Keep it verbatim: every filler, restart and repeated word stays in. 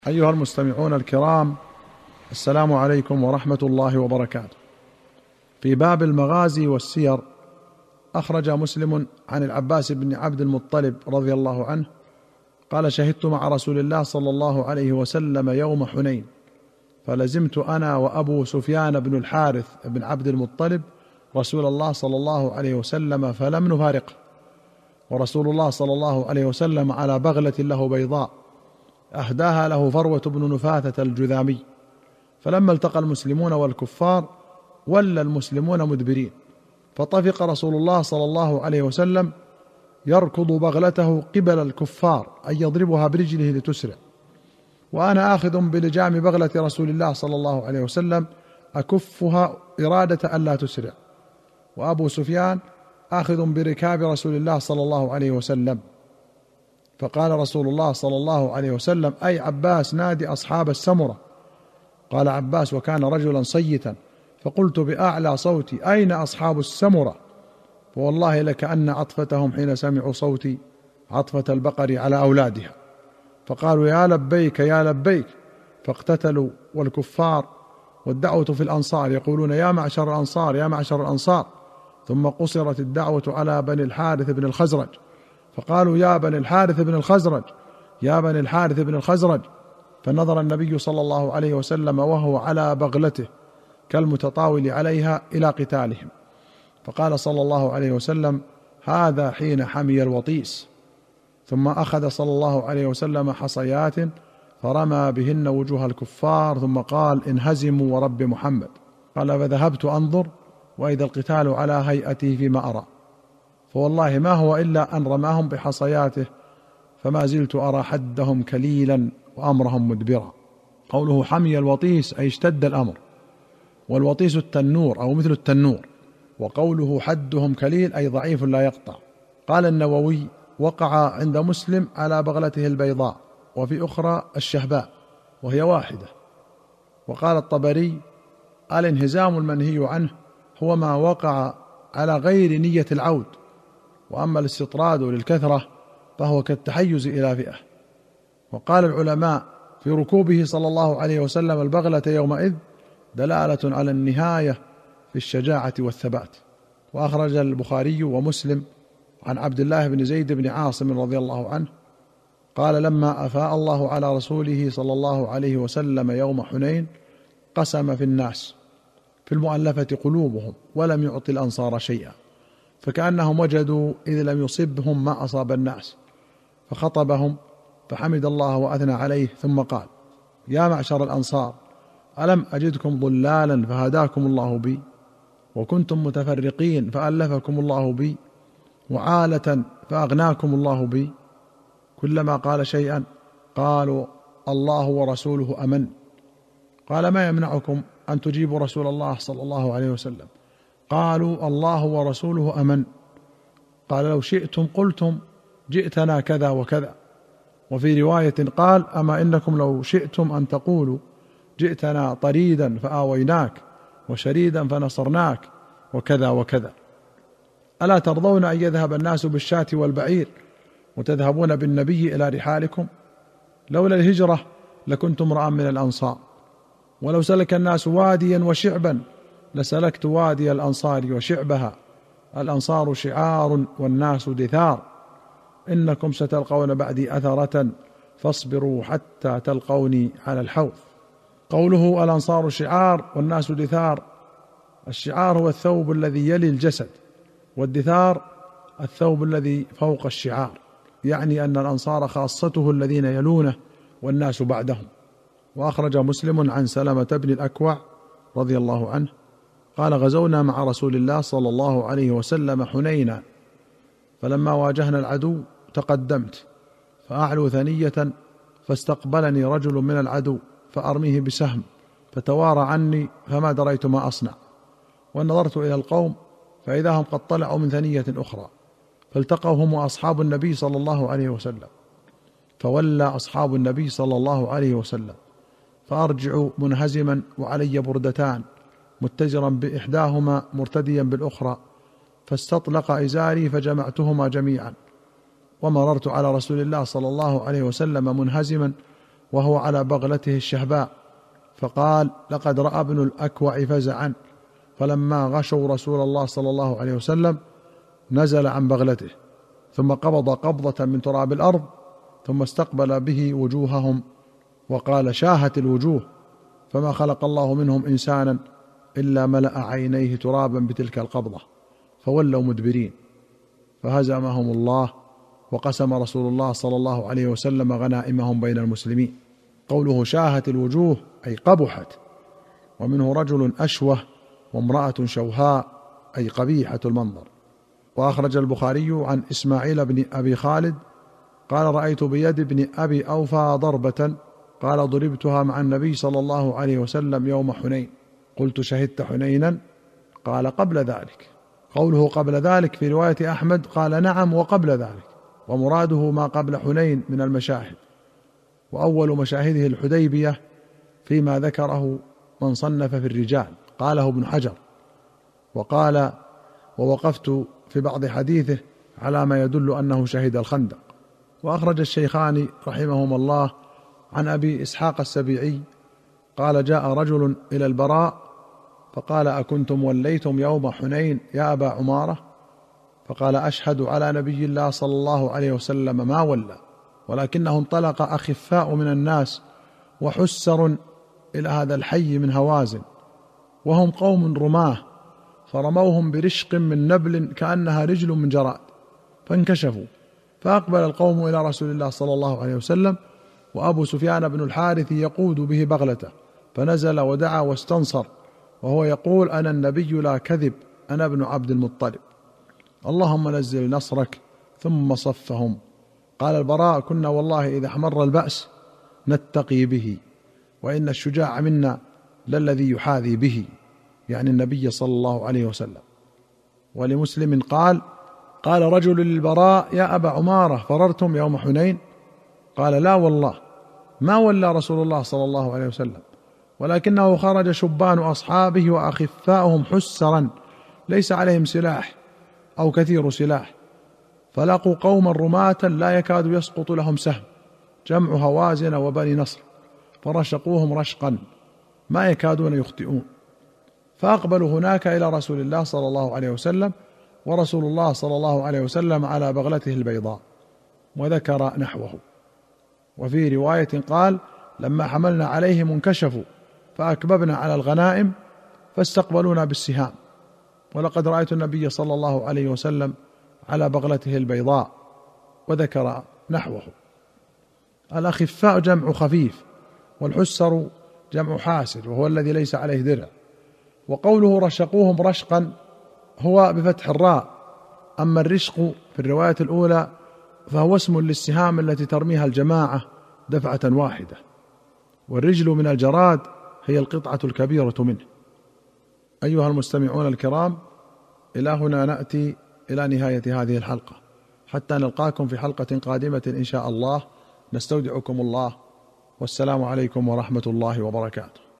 أيها المستمعون الكرام، السلام عليكم ورحمة الله وبركاته. في باب المغازي والسير، أخرج مسلم عن العباس بن عبد المطلب رضي الله عنه قال: شهدت مع رسول الله صلى الله عليه وسلم يوم حنين، فلزمت أنا وأبو سفيان بن الحارث بن عبد المطلب رسول الله صلى الله عليه وسلم فلم نفارقه، ورسول الله صلى الله عليه وسلم على بغلة له بيضاء أهداها له فروة بن نفاثة الجذامي. فلما التقى المسلمون والكفار ولى المسلمون مدبرين، فطفق رسول الله صلى الله عليه وسلم يركض بغلته قبل الكفار أن يضربها برجله لتسرع، وأنا آخذ بلجام بغلة رسول الله صلى الله عليه وسلم أكفها إرادة ألا تسرع، وأبو سفيان آخذ بركاب رسول الله صلى الله عليه وسلم. فقال رسول الله صلى الله عليه وسلم: أي عباس، نادي أصحاب السمرة. قال عباس وكان رجلا صيتا، فقلت بأعلى صوتي: أين أصحاب السمرة؟ فوالله لكأن عطفتهم حين سمعوا صوتي عطفة البقر على أولادها. فقالوا: يا لبيك يا لبيك، فاقتتلوا والكفار، والدعوة في الأنصار يقولون: يا معشر الأنصار يا معشر الأنصار. ثم قصرت الدعوة على بني الحارث بن الخزرج، فقالوا: يا بني الحارث بن الخزرج يا بني الحارث بن الخزرج. فنظر النبي صلى الله عليه وسلم وهو على بغلته كالمتطاول عليها إلى قتالهم، فقال صلى الله عليه وسلم: هذا حين حمي الوطيس. ثم أخذ صلى الله عليه وسلم حصيات فرمى بهن وجوه الكفار، ثم قال: انهزموا ورب محمد. قال: فذهبت أنظر وإذا القتال على هيئته فيما أرى، فوالله ما هو إلا أن رماهم بحصياته، فما زلت أرى حدهم كليلا وأمرهم مدبرا. قوله حمي الوطيس أي اشتد الأمر، والوطيس التنور أو مثل التنور، وقوله حدهم كليل أي ضعيف لا يقطع. قال النووي: وقع عند مسلم على بغلته البيضاء، وفي أخرى الشهباء وهي واحدة. وقال الطبري: الانهزام المنهي عنه هو ما وقع على غير نية العود، وأما الاستطراد للكثرة فهو كالتحيز إلى فئة. وقال العلماء: في ركوبه صلى الله عليه وسلم البغلة يومئذ دلالة على النهاية في الشجاعة والثبات. وأخرج البخاري ومسلم عن عبد الله بن زيد بن عاصم رضي الله عنه قال: لما أفاء الله على رسوله صلى الله عليه وسلم يوم حنين قسم في الناس في المؤلفة قلوبهم ولم يعط الأنصار شيئا، فكأنهم وجدوا إذ لم يصبهم ما أصاب الناس، فخطبهم فحمد الله وأثنى عليه، ثم قال: يا معشر الأنصار، ألم أجدكم ضلالا فهداكم الله بي، وكنتم متفرقين فألفكم الله بي، وعالة فأغناكم الله بي. كلما قال شيئا قالوا: الله ورسوله أمن. قال: ما يمنعكم أن تجيبوا رسول الله صلى الله عليه وسلم؟ قالوا: الله ورسوله أمن. قال: لو شئتم قلتم جئتنا كذا وكذا. وفي رواية قال: أما إنكم لو شئتم أن تقولوا جئتنا طريدا فآويناك، وشريدا فنصرناك، وكذا وكذا. ألا ترضون أن يذهب الناس بالشاة والبعير وتذهبون بالنبي إلى رحالكم؟ لولا الهجرة لكنت امرأ من الأنصار، ولو سلك الناس واديا وشعبا لسلكت وادي الأنصار وشعبها. الأنصار شعار والناس دثار، إنكم ستلقون بعدي أثرة فاصبروا حتى تلقوني على الحوض. قوله الأنصار شعار والناس دثار، الشعار هو الثوب الذي يلي الجسد، والدثار الثوب الذي فوق الشعار، يعني أن الأنصار خاصته الذين يلونه والناس بعدهم. وأخرج مسلم عن سلمة بن الأكوع رضي الله عنه قال: غزونا مع رسول الله صلى الله عليه وسلم حنينا، فلما واجهنا العدو تقدمت فأعلو ثنية، فاستقبلني رجل من العدو فأرميه بسهم، فتوارى عني فما دريت ما أصنع، ونظرت إلى القوم فإذا هم قد طلعوا من ثنية أخرى، فالتقوا هم وأصحاب النبي صلى الله عليه وسلم، فولى أصحاب النبي صلى الله عليه وسلم، فأرجع منهزما وعلي بردتان متجرا بإحداهما مرتديا بالأخرى، فاستطلق إزاري فجمعتهما جميعا، ومررت على رسول الله صلى الله عليه وسلم منهزما وهو على بغلته الشهباء، فقال: لقد رأى ابن الأكوع فزعا، فلما غشوا رسول الله صلى الله عليه وسلم نزل عن بغلته، ثم قبض قبضة من تراب الأرض، ثم استقبل به وجوههم وقال: شاهت الوجوه، فما خلق الله منهم إنسانا إلا ملأ عينيه ترابا بتلك القبضة، فولوا مدبرين، فهزمهم الله، وقسم رسول الله صلى الله عليه وسلم غنائمهم بين المسلمين. قوله شاهت الوجوه أي قبحت، ومنه رجل أشوه وامرأة شوهاء أي قبيحة المنظر. وأخرج البخاري عن إسماعيل بن أبي خالد قال: رأيت بيد ابن أبي أوفى ضربة، قال: ضربتها مع النبي صلى الله عليه وسلم يوم حنين. قلت: شهدت حنينا؟ قال: قبل ذلك. قوله قبل ذلك في رواية أحمد قال: نعم وقبل ذلك، ومراده ما قبل حنين من المشاهد، وأول مشاهده الحديبية فيما ذكره من صنف في الرجال، قاله ابن حجر، وقال: ووقفت في بعض حديثه على ما يدل أنه شهد الخندق. وأخرج الشيخان رحمهما الله عن أبي إسحاق السبيعي قال: جاء رجل إلى البراء فقال: أكنتم وليتم يوم حنين يا أبا عمارة؟ فقال: أشهد على نبي الله صلى الله عليه وسلم ما ولى، ولكنه انطلق أخفاء من الناس وحسر إلى هذا الحي من هوازن، وهم قوم رماه، فرموهم برشق من نبل كأنها رجل من جراد، فانكشفوا، فأقبل القوم إلى رسول الله صلى الله عليه وسلم، وأبو سفيان بن الحارث يقود به بغلته، فنزل ودعا واستنصر، وهو يقول: أنا النبي لا كذب، أنا ابن عبد المطلب، اللهم نزل نصرك. ثم صفهم. قال البراء: كنا والله إذا احمر البأس نتقي به، وإن الشجاع منا للذي يحاذي به، يعني النبي صلى الله عليه وسلم. ولمسلم قال: قال رجل للبراء: يا أبا عمارة، فررتم يوم حنين؟ قال: لا والله، ما ولى رسول الله صلى الله عليه وسلم، ولكنه خرج شبان أصحابه وأخفاؤهم حسرا ليس عليهم سلاح أو كثير سلاح، فلقوا قوما رماة لا يكاد يسقط لهم سهم، جمع هوازن وبني نصر، فرشقوهم رشقا ما يكادون يخطئون، فأقبلوا هناك إلى رسول الله صلى الله عليه وسلم، ورسول الله صلى الله عليه وسلم على بغلته البيضاء، وذكر نحوه. وفي رواية قال: لما حملنا عليهم انكشفوا، فأكببنا على الغنائم فاستقبلونا بالسهام، ولقد رأيت النبي صلى الله عليه وسلم على بغلته البيضاء، وذكر نحوه. الأخفاء جمع خفيف، والحسر جمع حاسر، وهو الذي ليس عليه درع. وقوله رشقوهم رشقا هو بفتح الراء، أما الرشق في الرواية الأولى فهو اسم للسهام التي ترميها الجماعة دفعة واحدة، والرجل من الجراد هي القطعة الكبيرة منه. أيها المستمعون الكرام، إلى هنا نأتي إلى نهاية هذه الحلقة، حتى نلقاكم في حلقة قادمة إن شاء الله. نستودعكم الله، والسلام عليكم ورحمة الله وبركاته.